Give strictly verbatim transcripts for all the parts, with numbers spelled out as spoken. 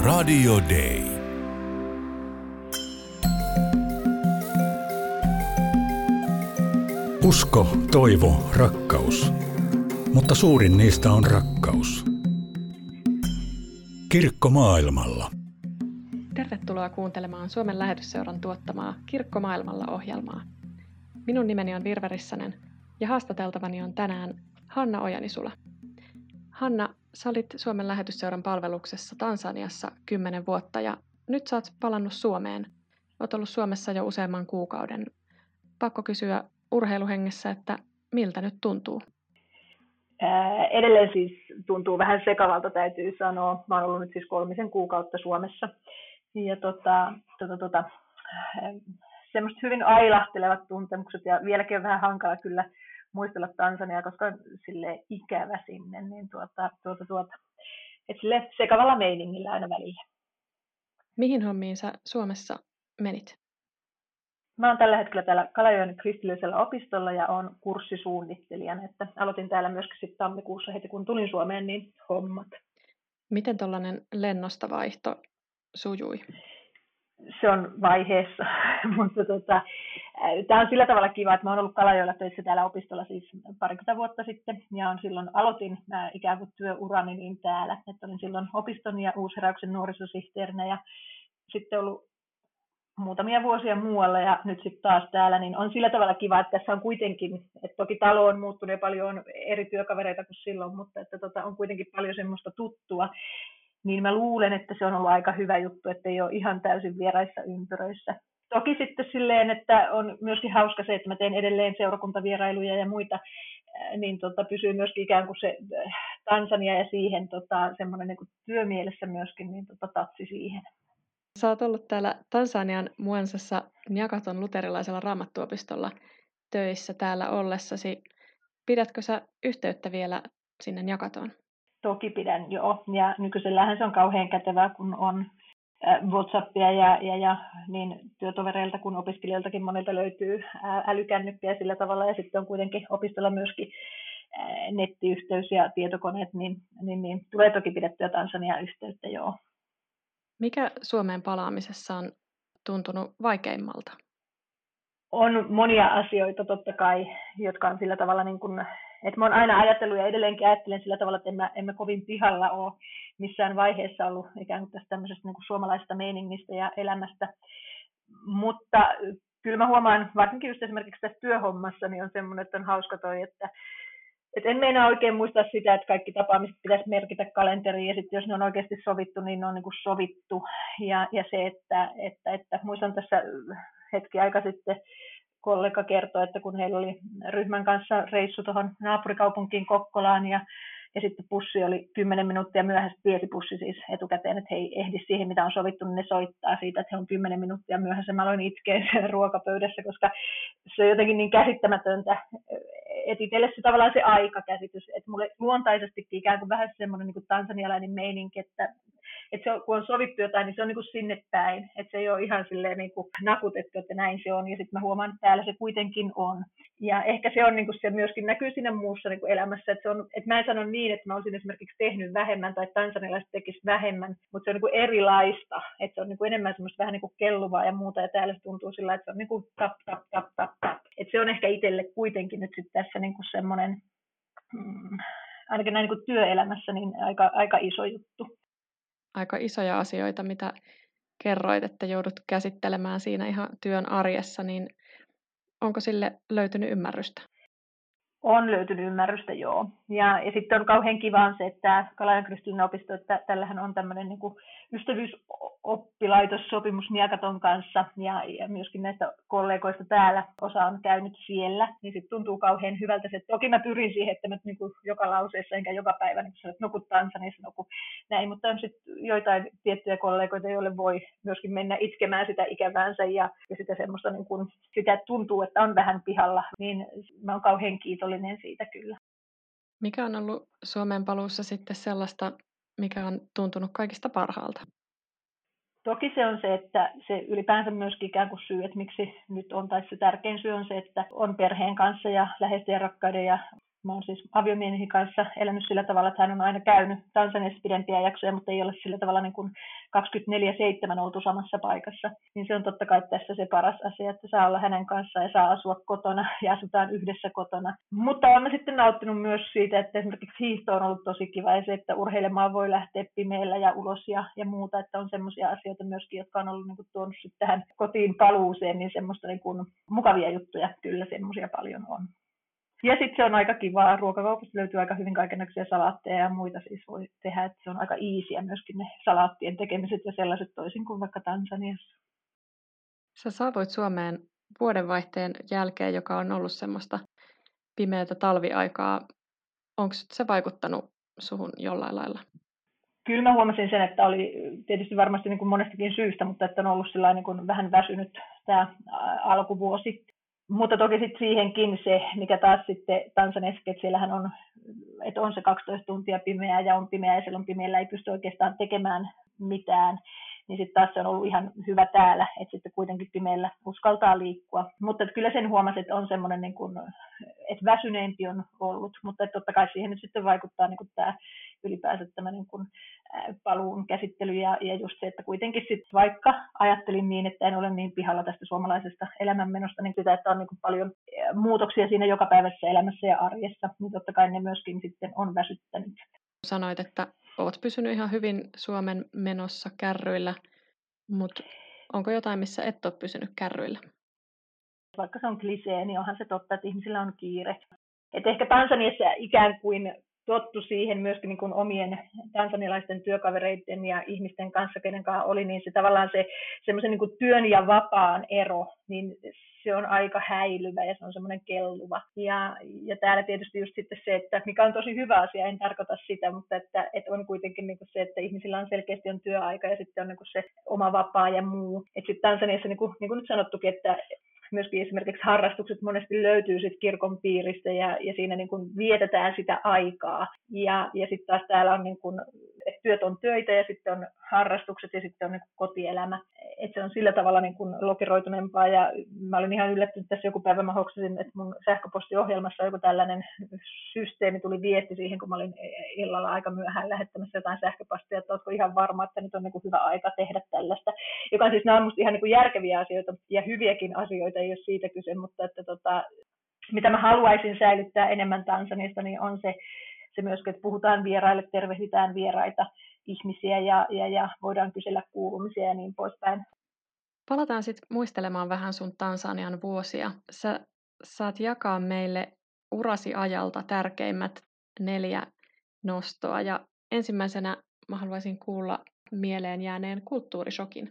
Radio Day. Usko, toivo, rakkaus. Mutta suurin niistä on rakkaus. Kirkko maailmalla. Tervetuloa kuuntelemaan Suomen Lähetysseuran tuottamaa Kirkko maailmalla -ohjelmaa. Minun nimeni on Virve Rissanen ja haastateltavani on tänään Hanna Ojanisula. Hanna, sä olit Suomen Lähetysseuran palveluksessa Tansaniassa kymmenen vuotta ja nyt sä oot palannut Suomeen. Oot ollut Suomessa jo useamman kuukauden. Pakko kysyä urheiluhengessä, että miltä nyt tuntuu? Ää, edelleen siis tuntuu vähän sekavalta, täytyy sanoa. Mä oon ollut nyt siis kolmisen kuukautta Suomessa. Ja tota, tota, tota, semmoiset hyvin ailahtelevat tuntemukset ja vieläkin on vähän hankala kyllä muistella Tansaniaa, koska on silleen ikävä sinne. Niin tuota, tuota, tuota. Et silleen sekavalla meiningillä aina välillä. Mihin hommiin sä Suomessa menit? Mä oon tällä hetkellä täällä Kalajoen kristillisellä opistolla ja oon kurssisuunnittelijana. Että aloitin täällä myöskin sitten tammikuussa heti kun tulin Suomeen, niin hommat. Miten tollainen lennosta vaihto sujui? Se on vaiheessa, mutta tota, tämä on sillä tavalla kiva, että mä oon ollut Kalajoella töissä täällä opistolla siis parikymmentä vuotta sitten ja on silloin aloitin mä ikään kuin työurani niin täällä, että olin silloin opiston ja Uusheräyksen nuorisosihteerinä ja sitten ollut muutamia vuosia muualla ja nyt sitten taas täällä, niin on sillä tavalla kiva, että tässä on kuitenkin, että toki talo on muuttunut ja paljon eri työkavereita kuin silloin, mutta että tota, on kuitenkin paljon semmoista tuttua, niin mä luulen, että se on ollut aika hyvä juttu, että ei ole ihan täysin vieraissa ympyröissä. Toki sitten silleen, että on myöskin hauska se, että mä teen edelleen seurakuntavierailuja ja muita, niin tota, pysyy myöskin ikään kuin se Tansania ja siihen tota, semmoinen niin kuin työmielessä myöskin niin tota, tatsi siihen. Sä oot ollut täällä Tansanian Muansassa Nyakaton luterilaisella raamattuopistolla töissä täällä ollessasi. Pidätkö sä yhteyttä vielä sinne Nyakatoon? Toki pidän, joo. Ja nykyisellähän se on kauhean kätevää, kun on WhatsAppia ja, ja, ja niin työtovereilta kuin opiskelijoiltakin monilta löytyy älykännykkiä sillä tavalla. Ja sitten on kuitenkin opistolla myöskin nettiyhteys ja tietokoneet, niin, niin, niin tulee toki pidettyä Tansaniaan yhteyttä, joo. Mikä Suomeen palaamisessa on tuntunut vaikeimmalta? On monia asioita totta kai, jotka on sillä tavalla, niin kuin, että mä oon aina ajatellut ja edelleenkin ajattelen sillä tavalla, että en mä, en mä kovin pihalla ole missään vaiheessa ollut ikään kuin tästä tämmöisestä niin kuin suomalaisesta meiningistä ja elämästä. Mutta kyllä mä huomaan, varsinkin just esimerkiksi tässä työhommassa, niin on semmoinen, että on hauska toi, että Et en meinaa oikein muistaa sitä, että kaikki tapaamiset pitäisi merkitä kalenteriin ja sitten jos ne on oikeasti sovittu, niin ne on niin kuin sovittu. Ja, ja se, että, että, että muistan tässä hetki aika sitten kollega kertoi, että kun heillä oli ryhmän kanssa reissu tuohon naapurikaupunkiin Kokkolaan ja, ja sitten bussi oli kymmenen minuuttia myöhässä, tiesi bussi siis etukäteen, että he ei ehdi siihen, mitä on sovittu, niin ne soittaa siitä, että he on kymmenen minuuttia myöhässä. Mä aloin itkeä sen ruokapöydässä, koska se on jotenkin niin käsittämätöntä, että itselle se tavallaan se aikakäsitys, että mulle luontaisestikin ikään kuin vähän semmoinen niin kuin tansanialainen meininki, että, että se on, kun on sovittu jotain, niin se on niin kuin sinne päin, että se ei ole ihan silleen niin kuin nakutettu, että näin se on, ja sitten mä huomaan, että täällä se kuitenkin on. Ja ehkä se on niin kuin se myöskin näkyy siinä muussa niin kuin elämässä, että, se on, että mä en sano niin, että mä olisin esimerkiksi tehnyt vähemmän tai tansanialaiset tekisi vähemmän, mutta se on niin kuin erilaista, että se on niin kuin enemmän semmoista vähän niin kuin kelluvaa ja muuta, ja täällä se tuntuu sillä, että se on niin kuin tap, tap, tap, tap, tap. Että se on ehkä itselle kuitenkin nyt sitten tässä niin kuin semmoinen, mm, ainakin näin niin kuin työelämässä, niin aika, aika iso juttu. Aika isoja asioita, mitä kerroit, että joudut käsittelemään siinä ihan työn arjessa, niin onko sille löytynyt ymmärrystä? On löytynyt ymmärrystä, joo. Ja, ja sitten on kauhean kiva on se, että Kalajoen kristillinen opisto, että tällähän on tämmöinen niin kuin ystävyysoppilaitossopimus Nyakaton kanssa ja, ja myöskin näistä kollegoista täällä osa on käynyt siellä, niin sitten tuntuu kauhean hyvältä se, että toki mä pyrin siihen, että mä niin kuin joka lauseessa enkä joka päivä niin sanon, että nukut Tansaniassa, nuku näin, mutta on sitten joitain tiettyjä kollegoita, joille voi myöskin mennä itkemään sitä ikäväänsä ja, ja sitä semmoista niin kuin, sitä tuntuu, että on vähän pihalla, niin mä oon kauhean kiitollinen siitä kyllä. Mikä on ollut Suomeen paluussa sitten sellaista, mikä on tuntunut kaikista parhaalta? Toki se on se, että se ylipäänsä myöskin ikään kuin syy, että miksi nyt on, tai se tärkein syy on se, että on perheen kanssa ja läheisten ja rakkaiden ja Mä oon siis aviomieheni kanssa elänyt sillä tavalla, että hän on aina käynyt Tansaniassa pidempiä jaksoja, mutta ei ole sillä tavalla niin kuin kaksikymmentäneljä seitsemän oltu samassa paikassa. Niin se on totta kai tässä se paras asia, että saa olla hänen kanssaan ja saa asua kotona ja asutaan yhdessä kotona. Mutta olen sitten nauttinut myös siitä, että esimerkiksi hiihto on ollut tosi kiva ja se, että urheilemaan voi lähteä pimeällä ja ulos ja, ja muuta, että on semmoisia asioita myöskin, jotka on ollut niin kuin tuonut tähän kotiin paluuseen, niin semmoista niin kuin mukavia juttuja, kyllä semmoisia paljon on. Ja sitten se on aika kivaa. Ruokakaupasta löytyy aika hyvin kaikennäköisiä salaatteja ja muita siis voi tehdä. Että se on aika easyä myöskin ne salaattien tekemiset ja sellaiset toisin kuin vaikka Tansaniassa. Sä saavuit Suomeen vuodenvaihteen jälkeen, joka on ollut semmoista pimeätä talviaikaa. Onko se vaikuttanut suhun jollain lailla? Kyllä mä huomasin sen, että oli tietysti varmasti niin kuin monestakin syystä, mutta että on ollut niin kuin vähän väsynyt tämä alkuvuosi. Mutta toki sitten siihenkin se, mikä taas sitten Tansaniassa, että siellähän on, että on se kaksitoista tuntia pimeää ja on pimeää ja silloin pimeällä ei pysty oikeastaan tekemään mitään. Niin sitten taas se on ollut ihan hyvä täällä, että sitten kuitenkin pimeällä uskaltaa liikkua. Mutta kyllä sen huomasi, että on semmoinen, niin kuin, että väsyneempi on ollut, mutta että totta kai siihen nyt sitten vaikuttaa niin kuin tämä ylipäänsä tämä niin kuin paluun käsittely ja, ja just se, että kuitenkin sitten vaikka ajattelin niin, että en ole niin pihalla tästä suomalaisesta elämänmenosta, niin sitä, että on niin kuin paljon muutoksia siinä jokapäiväisessä elämässä ja arjessa, niin totta kai ne myöskin sitten on väsyttänyt. Sanoit, että olet pysynyt ihan hyvin Suomen menossa kärryillä, mutta onko jotain, missä et ole pysynyt kärryillä? Vaikka se on klisee, niin onhan se totta, että ihmisillä on kiire. Et ehkä Tansaniassa ikään kuin tottu siihen myöskin niin kuin omien tansanialaisten työkavereiden ja ihmisten kanssa, kenen kanssa oli, niin se tavallaan se semmoisen niin kuin työn ja vapaan ero, niin se on aika häilyvä ja se on semmoinen kelluva. Ja, ja täällä tietysti just sitten se, että mikä on tosi hyvä asia, en tarkoita sitä, mutta että, että on kuitenkin niin kuin se, että ihmisillä on selkeästi on työaika ja sitten on niin kuin se oma vapaa ja muu. Että sitten Tansaniassa, niin kuin, niin kuin nyt sanottukin, että myöskin esimerkiksi harrastukset monesti löytyy sit kirkon piiristä ja, ja siinä niin kuin vietetään sitä aikaa. Ja, ja sitten taas täällä on, niin kuin, että työt on töitä ja sitten on harrastukset ja sitten on niin kuin kotielämä. Että se on sillä tavalla niin kuin lokeroituneempaa ja mä olin ihan yllättynyt tässä joku päivä, mä hoksasin, että mun sähköpostiohjelmassa joku tällainen systeemi tuli viesti siihen, kun mä olin illalla aika myöhään lähettämässä jotain sähköpostia, että ootko ihan varma, että nyt on niin kuin hyvä aika tehdä tällaista. Joka on siis, nämä on musta ihan niin kuin järkeviä asioita ja hyviäkin asioita, ei ole siitä kyse, mutta että tota, mitä mä haluaisin säilyttää enemmän Tansaniasta, niin on se, se myöskin, että puhutaan vieraille, tervehditään vieraita ihmisiä ja, ja, ja voidaan kysellä kuulumisia ja niin poispäin. Palataan sitten muistelemaan vähän sun Tansanian vuosia. Sä saat jakaa meille urasi ajalta tärkeimmät neljä nostoa ja ensimmäisenä mä haluaisin kuulla mieleen jääneen kulttuurishokin.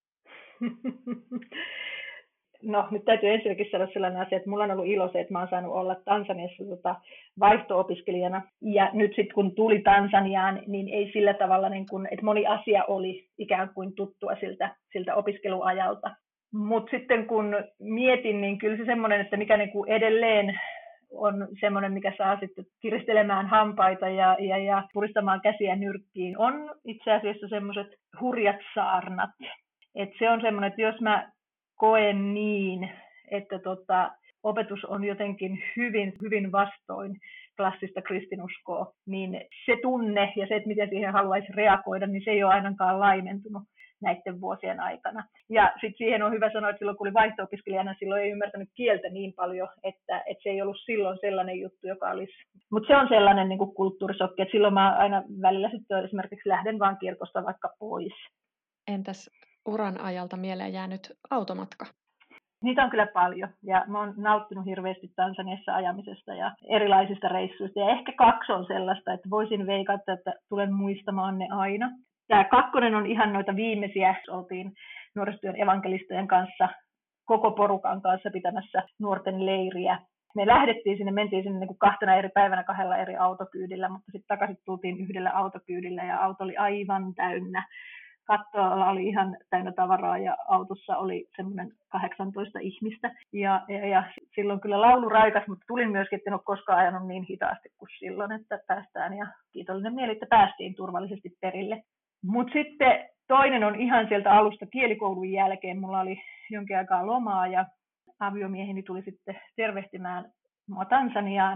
No, nyt täytyy ensinnäkin sanoa sellainen asia, että mulla on ollut ilo se, että mä oon saanut olla Tansaniassa tota, vaihto-opiskelijana. Ja nyt sitten kun tuli Tansaniaan, niin ei sillä tavalla, niin kun, että moni asia oli ikään kuin tuttua siltä, siltä opiskeluajalta. Mutta sitten kun mietin, niin kyllä se semmoinen, että mikä niin kuin edelleen on semmoinen, mikä saa sitten kiristelemään hampaita ja, ja, ja puristamaan käsiä nyrkkiin, on itse asiassa semmoiset hurjat saarnat. Et se on semmoinen, että jos mä koen niin, että tota, opetus on jotenkin hyvin, hyvin vastoin klassista kristinuskoa, niin se tunne ja se, että miten siihen haluaisi reagoida, niin se ei ole ainakaan laimentunut näiden vuosien aikana. Ja sitten siihen on hyvä sanoa, että silloin kun oli vaihto-opiskelijana, silloin ei ymmärtänyt kieltä niin paljon, että, että se ei ollut silloin sellainen juttu, joka olisi. Mutta se on sellainen niin kuin kulttuurisokki, että silloin mä aina välillä sitten esimerkiksi lähden vaan kirkosta vaikka pois. Entäs uran ajalta mieleen jäänyt automatka? Niitä on kyllä paljon ja mä oon nauttinut hirveästi Tansaniassa ajamisesta ja erilaisista reissuista. Ja ehkä kaksi on sellaista, että voisin veikata, että tulen muistamaan ne aina. Tämä kakkonen on ihan noita viimeisiä. Oltiin nuorisotyön evankelistojen kanssa, koko porukan kanssa pitämässä nuorten leiriä. Me lähdettiin sinne, mentiin sinne niin kuin kahtena eri päivänä kahdella eri autokyydillä, mutta sitten takaisin tultiin yhdellä autokyydillä ja auto oli aivan täynnä. Kattoalla oli ihan täynnä tavaraa ja autossa oli semmoinen kahdeksantoista ihmistä. Ja, ja, ja silloin kyllä laulu raikas, mutta tulin myöskin, että en ole koskaan ajanut niin hitaasti kuin silloin, että päästään. Ja kiitollinen mieli, että päästiin turvallisesti perille. Mutta sitten toinen on ihan sieltä alusta kielikoulun jälkeen. Mulla oli jonkin aikaa lomaa ja aviomieheni tuli sitten tervehtimään mua Tansaniaan.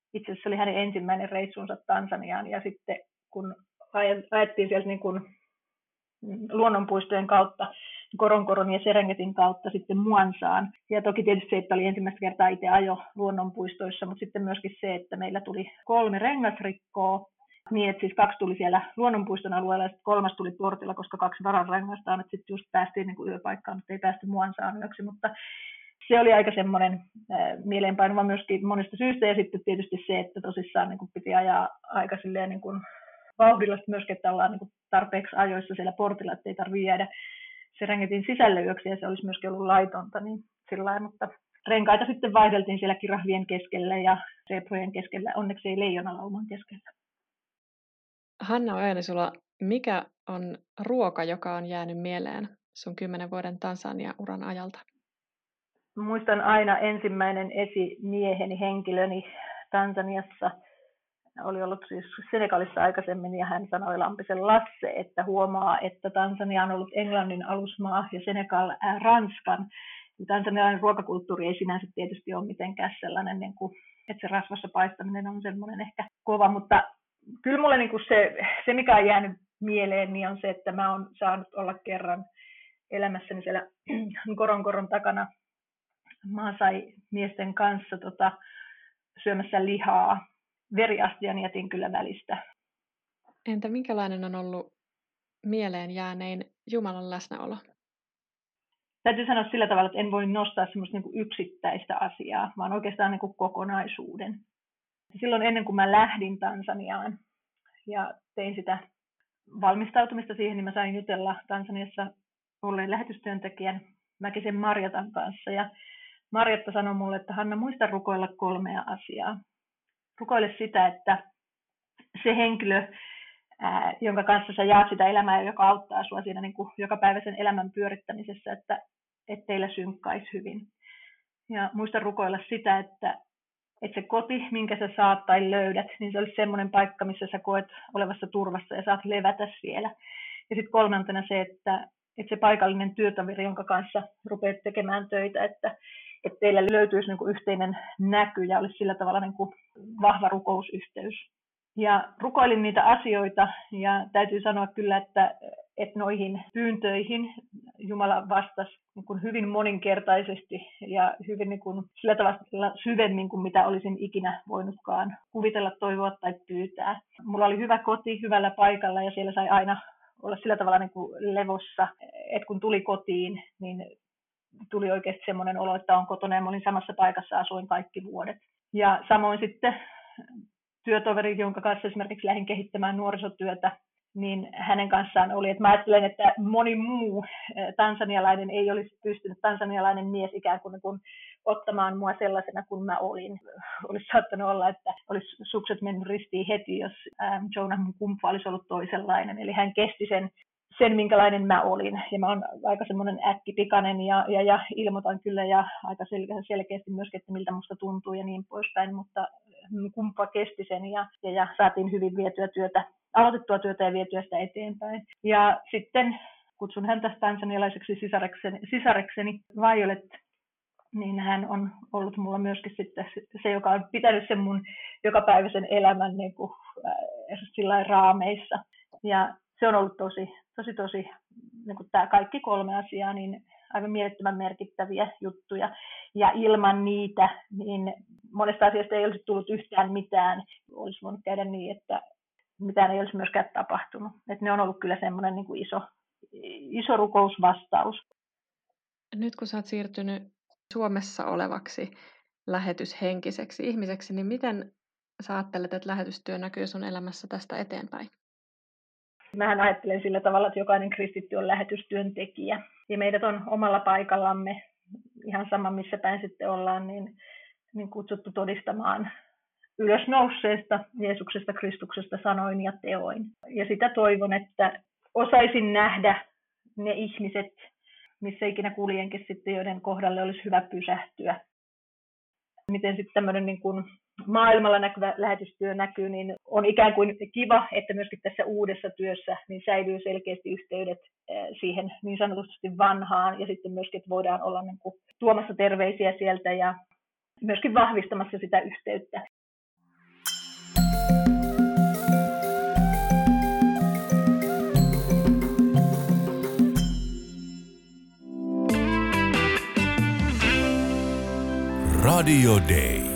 itse asiassa se oli hänen ensimmäinen reissunsa Tansaniaan, ja sitten kun ajettiin sieltä niin kuin luonnonpuistojen kautta, Gorongoron ja Serengetin kautta sitten Muansaan. Ja toki tietysti se, että oli ensimmäistä kertaa itse ajo luonnonpuistoissa, mutta sitten myöskin se, että meillä tuli kolme rengasrikkoa, niin että siis kaksi tuli siellä luonnonpuiston alueella ja sitten kolmas tuli portilla, koska kaksi varanrengasta on, että sitten just päästiin niin kuin yöpaikkaan, mutta ei päästy Muansaan yöksi, mutta se oli aika semmoinen äh, mieleenpainuva myöskin monesta syystä, ja sitten tietysti se, että tosissaan niin kuin piti ajaa aika silleen niin kuin vauhdilla myöskin, että ollaan niin kuin tarpeeksi ajoissa siellä portilla, että ei tarvitse jäädä Serengetin sisälle yöksi, ja se olisi myöskin ollut laitonta, niin sillä lailla, mutta renkaita sitten vaihdeltiin siellä kirahvien keskellä ja zeebrojen keskellä, onneksi ei leijonalauman keskellä. Hanna Ojanisula, mikä on ruoka, joka on jäänyt mieleen sun kymmenen vuoden Tansania-uran ajalta? Muistan aina ensimmäinen esimieheni, henkilöni Tansaniassa, oli ollut siis Senegalissa aikaisemmin, ja hän sanoi, Lampisen Lasse, että huomaa, että Tansania on ollut Englannin alusmaa ja Senegal ää, Ranskan. Tansanialainen ruokakulttuuri ei sinänsä tietysti ole mitenkään sellainen, niin kuin, että se rasvassa paistaminen on semmoinen ehkä kova, mutta kyllä mulle niin kuin se, se, mikä on jäänyt mieleen, niin on se, että mä oon saanut olla kerran elämässäni siellä Gorongoron takana maasai miesten kanssa tota, syömässä lihaa. Veriastian jätin kyllä välistä. Entä minkälainen on ollut mieleen jäänein Jumalan läsnäolo? Täytyy sanoa sillä tavalla, että en voi nostaa semmoista niin kuin yksittäistä asiaa, vaan oikeastaan niin kuin kokonaisuuden. Silloin ennen kuin mä lähdin Tansaniaan ja tein sitä valmistautumista siihen, niin mä sain jutella Tansaniassa olleen lähetystyöntekijän Mäkisen Marjatan kanssa. Ja Marjatta sanoi mulle, että Hanna, muista rukoilla kolmea asiaa. Rukoile sitä, että se henkilö, ää, jonka kanssa sä jaat sitä elämää, joka auttaa sua siinä niin kuin jokapäiväisen elämän pyörittämisessä, että et teillä synkkaisi hyvin. Ja muista rukoilla sitä, että, että se koti, minkä sä saat tai löydät, niin se olisi semmoinen paikka, missä sä koet olevassa turvassa ja saat levätä siellä. Ja sitten kolmantena se, että, että se paikallinen työtoveri, jonka kanssa rupeat tekemään töitä, että että teillä löytyisi niin kuin yhteinen näky ja olisi sillä tavalla niin kuin vahva rukousyhteys. Ja rukoilin niitä asioita ja täytyy sanoa kyllä, että, että noihin pyyntöihin Jumala vastasi niin kuin hyvin moninkertaisesti ja hyvin niin kuin sillä tavalla syvemmin kuin mitä olisin ikinä voinutkaan kuvitella, toivoa tai pyytää. Mulla oli hyvä koti hyvällä paikalla ja siellä sai aina olla sillä tavalla niin kuin levossa, että kun tuli kotiin, niin tuli oikeasti semmoinen olo, että on kotona ja mä olin samassa paikassa, asuin kaikki vuodet. Ja samoin sitten työtoveri, jonka kanssa esimerkiksi lähdin kehittämään nuorisotyötä, niin hänen kanssaan oli, että mä ajattelen, että moni muu tansanialainen ei olisi pystynyt, tansanialainen mies ikään kuin, kuin ottamaan mua sellaisena kuin mä olin. Olisi saattanut olla, että olisi sukset mennyt ristiin heti, jos Jonah mun kumppa olisi ollut toisenlainen. Eli hän kesti sen, sen minkälainen mä olin. Ja mä oon aika semmoinen äkkipikainen ja, ja, ja ilmoitan kyllä ja aika sel- selkeästi myöskin, että miltä musta tuntuu ja niin poispäin. Mutta kumppa kesti sen ja, ja, ja saatiin hyvin vietyä työtä, aloitettua työtä ja vietyä sitä eteenpäin. Ja sitten kutsun häntä tansanialaiseksi sisarekseni, sisarekseni Violet, niin hän on ollut mulla myöskin sitten se, joka on pitänyt sen mun jokapäiväisen elämän niin kuin, äh, sillain raameissa. Ja se on ollut tosi, tosi, tosi niin kuin tämä kaikki kolme asiaa, niin aivan mielettömän merkittäviä juttuja. Ja ilman niitä, niin monesta asiasta ei olisi tullut yhtään mitään. Olisi voinut käydä niin, että mitään ei olisi myöskään tapahtunut. Että ne on ollut kyllä semmoinen niin kuin iso, iso rukousvastaus. Nyt kun sä oot siirtynyt Suomessa olevaksi lähetyshenkiseksi ihmiseksi, niin miten sä ajattelet, että lähetystyö näkyy sun elämässä tästä eteenpäin? Mähän ajattelen sillä tavalla, että jokainen kristitty on lähetystyöntekijä. Ja meidät on omalla paikallamme, ihan sama missä päin sitten ollaan, niin, niin kutsuttu todistamaan ylösnousseesta Jeesuksesta, Kristuksesta sanoin ja teoin. Ja sitä toivon, että osaisin nähdä ne ihmiset, missä ikinä kuljenkin sitten, joiden kohdalle olisi hyvä pysähtyä. Miten sitten tämmöinen niin kuin maailmalla näkyvä lähetystyö näkyy, niin on ikään kuin kiva, että myöskin tässä uudessa työssä niin säilyy selkeästi yhteydet siihen niin sanotusti vanhaan ja sitten myöskin, että voidaan olla niin kuin tuomassa terveisiä sieltä ja myöskin vahvistamassa sitä yhteyttä. Radio Day.